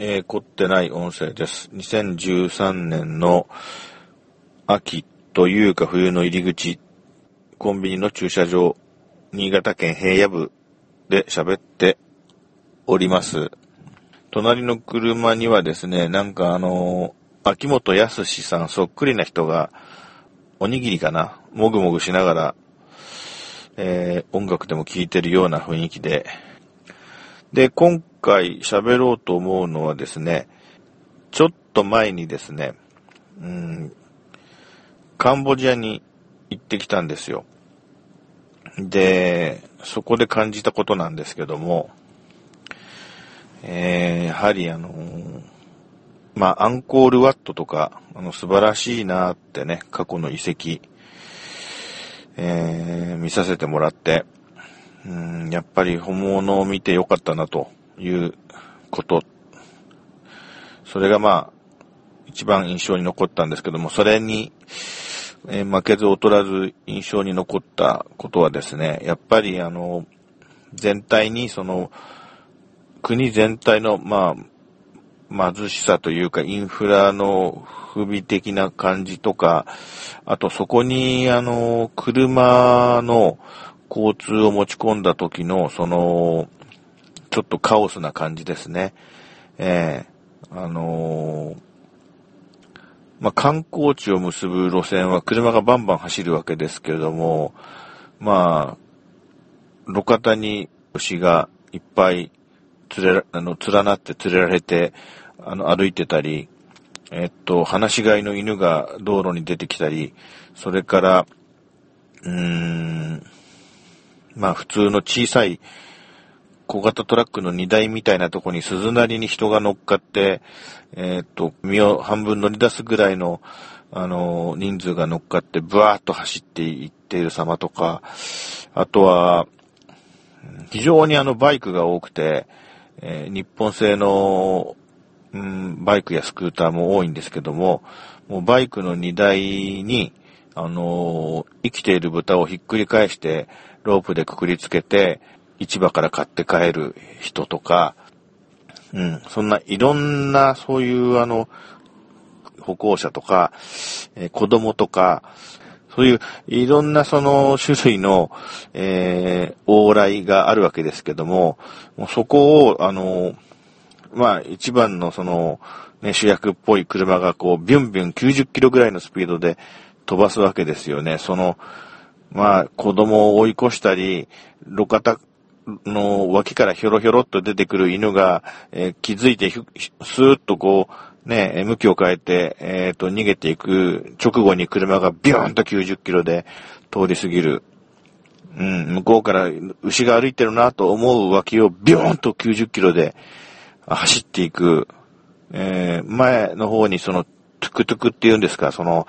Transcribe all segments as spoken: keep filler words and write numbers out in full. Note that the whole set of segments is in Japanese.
えー、凝ってない音声です。にせんじゅうさんねんの秋というか冬の入り口、コンビニの駐車場、新潟県平野部で喋っております。隣の車にはですね、なんかあのー、秋元康さんそっくりな人が、おにぎりかな、もぐもぐしながら、えー、音楽でも聴いてるような雰囲気で、で、今回喋ろうと思うのはですね、ちょっと前にですね、うん、カンボジアに行ってきたんですよ。で、そこで感じたことなんですけども、えー、やはりあのー、まあ、アンコールワットとか、あの、素晴らしいなってね、過去の遺跡、えー、見させてもらって、うん、やっぱり本物を見てよかったなということ。それがまあ、一番印象に残ったんですけども、それに、えー、負けず劣らず印象に残ったことはですね、やっぱりあの、全体にその、国全体のまあ、貧しさというかインフラの不備的な感じとか、あとそこにあの、車の交通を持ち込んだ時のその、ちょっとカオスな感じですね。えー、あのー、まあ、観光地を結ぶ路線は車がバンバン走るわけですけれども、まあ、路肩に牛がいっぱい連れ、あの、連なって連れられて、あの、歩いてたり、えっと、放し飼いの犬が道路に出てきたり、それから、うーん、まあ、普通の小さい小型トラックの荷台みたいなところに鈴なりに人が乗っかって、えっと、身を半分乗り出すぐらいの、あの、人数が乗っかって、ブワーッと走っていっている様とか、あとは、非常にあの、バイクが多くて、えー、日本製の、うん、バイクやスクーターも多いんですけども、もうバイクの荷台に、あのー、生きている豚をひっくり返して、ロープでくくりつけて、市場から買って帰る人とか、うん、そんないろんなそういうあの、歩行者とか、えー、子供とか、そういういろんなその種類の、えー、往来があるわけですけども、もうそこを、あの、まあ一番のその、ね、主役っぽい車がこう、ビュンビュンきゅうじゅっキロぐらいのスピードで飛ばすわけですよね。その、まあ子供を追い越したり、路肩の脇からひょろひょろっと出てくる犬が、えー、気づいてスーッとこう、ね、向きを変えて、えっと、逃げていく直後に車がビューンときゅうじゅっキロで通り過ぎる。うん、向こうから牛が歩いてるなと思う脇をビューンときゅうじゅっキロで走っていく。えー、前の方にそのトゥクトゥクっていうんですか、その、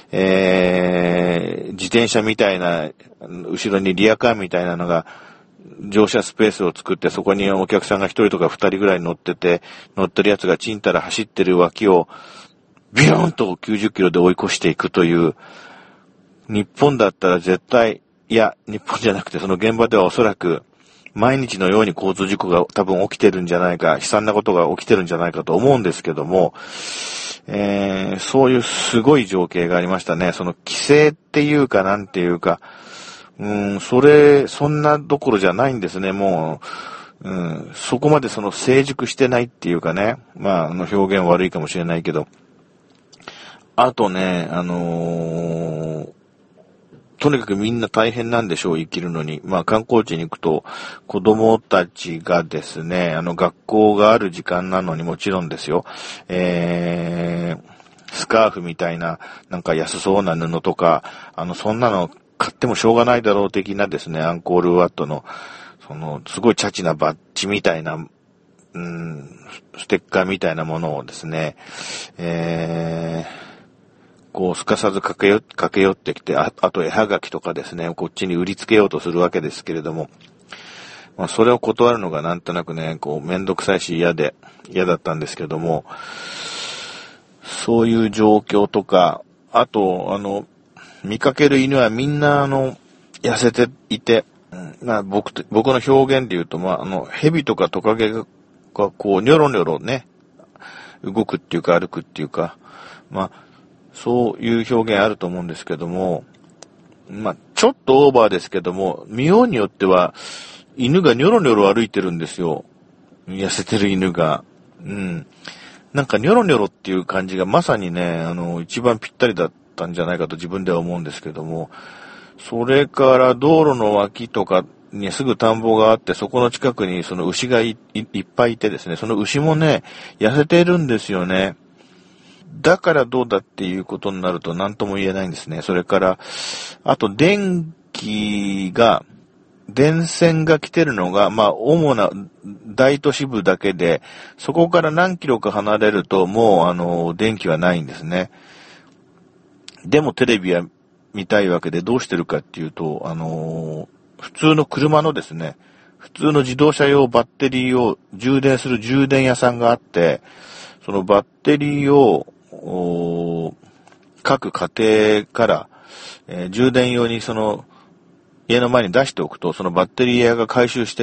えー、自転車みたいな、後ろにリアカーみたいなのが、乗車スペースを作って、そこにお客さんが一人とか二人ぐらい乗ってて、乗ってるやつがちんたら走ってる脇を、ビヨーンときゅうじゅっキロで追い越していくという、日本だったら絶対、いや、日本じゃなくてその現場ではおそらく、毎日のように交通事故が多分起きてるんじゃないか、悲惨なことが起きてるんじゃないかと思うんですけども、えー、そういうすごい情景がありましたね。その規制っていうかなんていうか、うん、それ、そんなどころじゃないんですね、もう。うん、そこまでその成熟してないっていうかね。まあ、あの表現悪いかもしれないけど。あとね、あのー、とにかくみんな大変なんでしょう、生きるのに。まあ、観光地に行くと、子供たちがですね、あの、学校がある時間なのにもちろんですよ。えー、スカーフみたいな、なんか安そうな布とか、あの、そんなの、買ってもしょうがないだろう的なですね、アンコールワットの、その、すごいチャチなバッジみたいな、うん、ステッカーみたいなものをですね、えー、こう、すかさず駆け寄、駆け寄ってきて、あ、あと絵はがきとかですね、こっちに売りつけようとするわけですけれども、まあ、それを断るのがなんとなくね、こう、めんどくさいし嫌で、嫌だったんですけども、そういう状況とか、あと、あの、見かける犬はみんなあの、痩せていて、うん、まあ僕、僕の表現で言うと、まああの、蛇とかトカゲがこう、ニョロニョロね、 動くっていうか歩くっていうか、まあ、そういう表現あると思うんですけども、まあ、ちょっとオーバーですけども、見ようによっては、犬がニョロニョロ歩いてるんですよ。痩せてる犬が。うん。なんかニョロニョロっていう感じがまさにね、あの、一番ぴったりだったんじゃないかと自分では思うんですけども、それから道路の脇とかにすぐ田んぼがあって、そこの近くにその牛が い, い, いっぱいいてですね、その牛もね、痩せてるんですよね。だからどうだっていうことになると何とも言えないんですね。それから、あと電気が、電線が来てるのが、まあ、主な大都市部だけで、そこから何キロか離れると、もう、あの、電気はないんですね。でもテレビは見たいわけで、どうしてるかっていうと、あの、普通の車のですね、普通の自動車用バッテリーを充電する充電屋さんがあって、そのバッテリーを、各家庭から、えー、充電用にその、家の前に出しておくと、そのバッテリー屋が回収してって、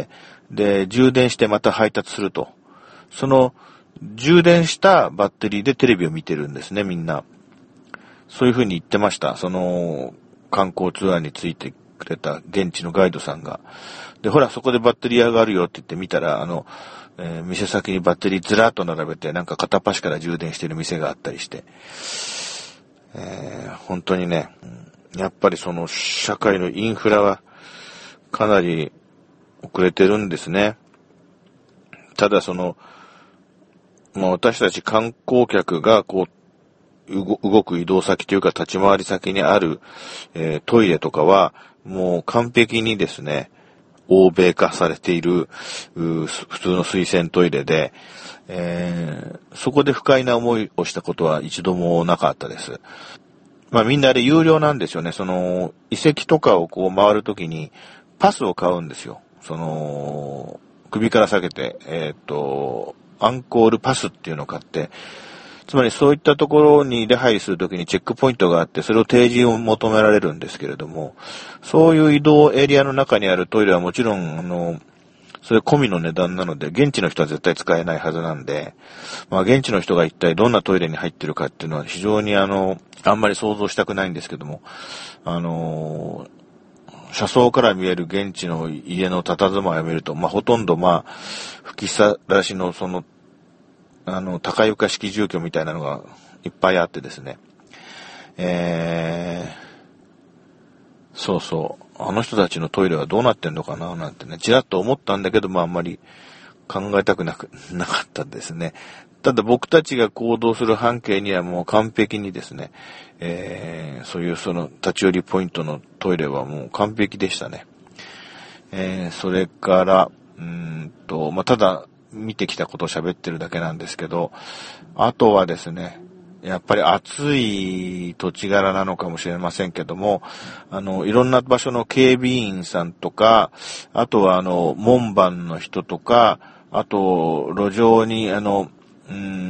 で、充電してまた配達すると。その、充電したバッテリーでテレビを見てるんですね、みんな。そういうふうに言ってました。その、観光ツアーについてくれた現地のガイドさんが。で、ほら、そこでバッテリー屋があるよって言って見たら、あの、えー、店先にバッテリーずらっと並べて、なんか片っ端から充電してる店があったりして。えー、本当にね、やっぱりその社会のインフラはかなり遅れてるんですね。ただその、まあ私たち観光客がこう、動く移動先というか立ち回り先にある、えー、トイレとかはもう完璧にですね、欧米化されている普通の水洗トイレで、えー、そこで不快な思いをしたことは一度もなかったです。まあみんなあれ有料なんですよね。その遺跡とかをこう回るときにパスを買うんですよ。その首から下げて、えっと、アンコールパスっていうのを買って、つまりそういったところに出入りするときにチェックポイントがあって、それを提示を求められるんですけれども、そういう移動エリアの中にあるトイレはもちろん、あの、それ込みの値段なので、現地の人は絶対使えないはずなんで、まあ現地の人が一体どんなトイレに入ってるかっていうのは非常にあの、あんまり想像したくないんですけども、あの、車窓から見える現地の家の佇まいを見ると、まあほとんどまあ、吹きさらしのその、あの、高床式住居みたいなのがいっぱいあってですね。えー、そうそう。あの人たちのトイレはどうなってんのかななんてね、ちらっと思ったんだけども、あんまり考えたくなく、なかったですね。ただ僕たちが行動する半径にはもう完璧にですね、えー、そういうその立ち寄りポイントのトイレはもう完璧でしたね。えー、それから、うーんと、まあ、ただ、見てきたことを喋ってるだけなんですけど、あとはですね、やっぱり暑い土地柄なのかもしれませんけども、あの、いろんな場所の警備員さんとか、あとはあの、門番の人とか、あと、路上にあの、うん、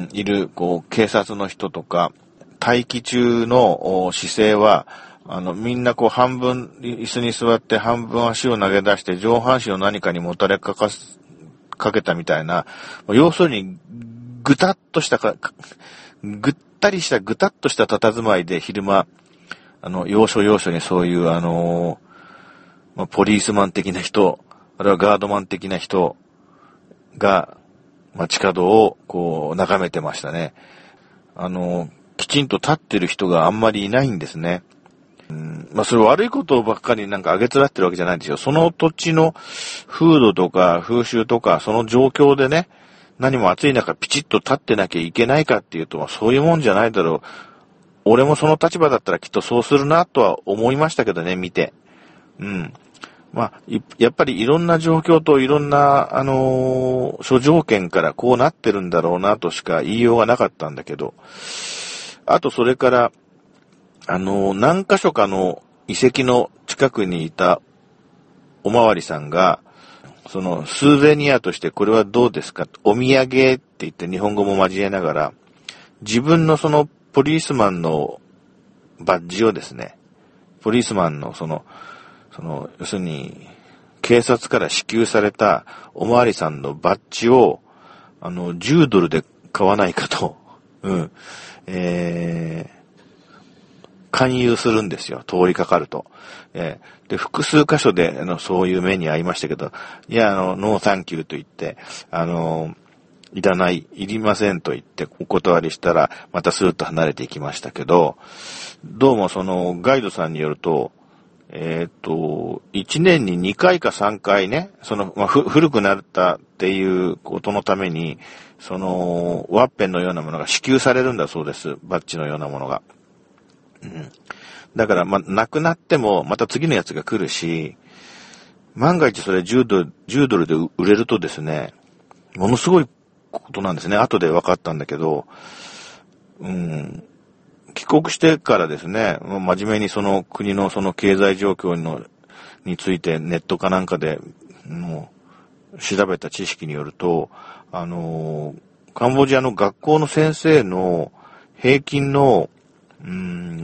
いる、こう、警察の人とか、待機中の姿勢は、あの、みんなこう半分椅子に座って半分足を投げ出して上半身を何かにもたれかかす、かけたみたいな、要するに、ぐたっとしたか、ぐったりしたぐたっとした佇まいで昼間、あの、要所要所にそういうあの、まあ、ポリースマン的な人、あるいはガードマン的な人が、街角をこう眺めてましたね。あの、きちんと立ってる人があんまりいないんですね。うん、まあそれ悪いことばっかりなんか上げつらってるわけじゃないんですよ。その土地の風土とか風習とかその状況でね、何も暑い中ピチッと立ってなきゃいけないかっていうと、まあ、そういうもんじゃないだろう。俺もその立場だったらきっとそうするなとは思いましたけどね、見て。うん。まあ、やっぱりいろんな状況といろんな、あのー、諸条件からこうなってるんだろうなとしか言いようがなかったんだけど、あとそれから、あのー、何箇所かの遺跡の近くにいたおまわりさんが、そのスーベニアとしてこれはどうですか、お土産って言って日本語も交えながら、自分のそのポリスマンのバッジをですね、ポリスマンのその、その、要するに、警察から支給されたおまわりさんのバッジを、あの、じゅうドルで買わないかと、うん、えー、勧誘するんですよ、通りかかると。えー、で、複数箇所で、あの、そういう目に遭いましたけど、いや、あの、ノーサンキューと言って、あの、いらない、いりませんと言ってお断りしたら、またスーッと離れていきましたけど、どうもそのガイドさんによると、えっと、いちねんににかいかさんかいね、その、まあ、ふ古くなったっていうことのために、その、ワッペンのようなものが支給されるんだそうです。バッジのようなものが。うん。だから、まあ、なくなっても、また次のやつが来るし、万が一それじゅうドル、じゅうドルで売れるとですね、ものすごいことなんですね。後で分かったんだけど、うん、帰国してからですね、真面目にその国のその経済状況のについてネットかなんかでもう調べた知識によると、あのカンボジアの学校の先生の平均の、うん、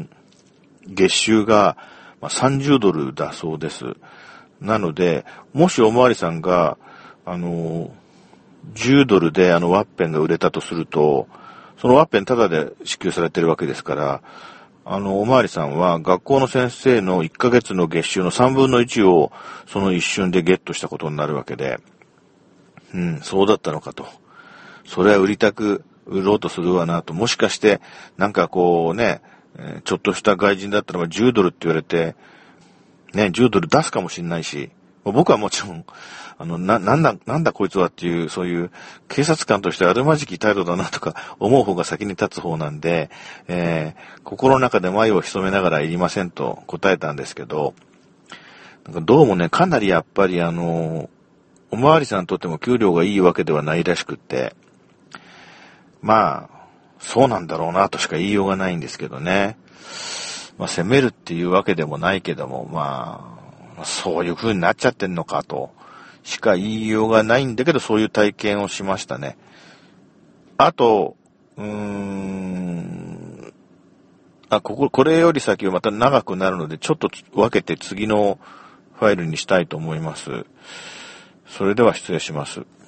月収がさんじゅうドルだそうです。なので、もしおまわりさんがあのじゅうドルであのワッペンが売れたとすると、そのワッペンタダで支給されてるわけですから、あの、おまわりさんは学校の先生のいっかげつの月収のさんぶんのいちをその一瞬でゲットしたことになるわけで、うん、そうだったのかと。それは売りたく売ろうとするわなと。もしかして、なんかこうね、ちょっとした外人だったらじゅうドルって言われて、ね、じゅうドル出すかもしれないし、僕はもちろん、あの、な、なんだ、なんだこいつはっていう、そういう警察官としてあるまじき態度だなとか思う方が先に立つ方なんで、えー、心の中で眉を潜めながらいりませんと答えたんですけど、なんかどうもね、かなりやっぱりあの、おまわりさんにとっても給料がいいわけではないらしくって、まあ、そうなんだろうなとしか言いようがないんですけどね。まあ、責めるっていうわけでもないけども、まあ、そういう風になっちゃってんのかとしか言いようがないんだけど、そういう体験をしましたね。あと、うーん、あ、ここ、これより先はまた長くなるので、ちょっと分けて次のファイルにしたいと思います。それでは失礼します。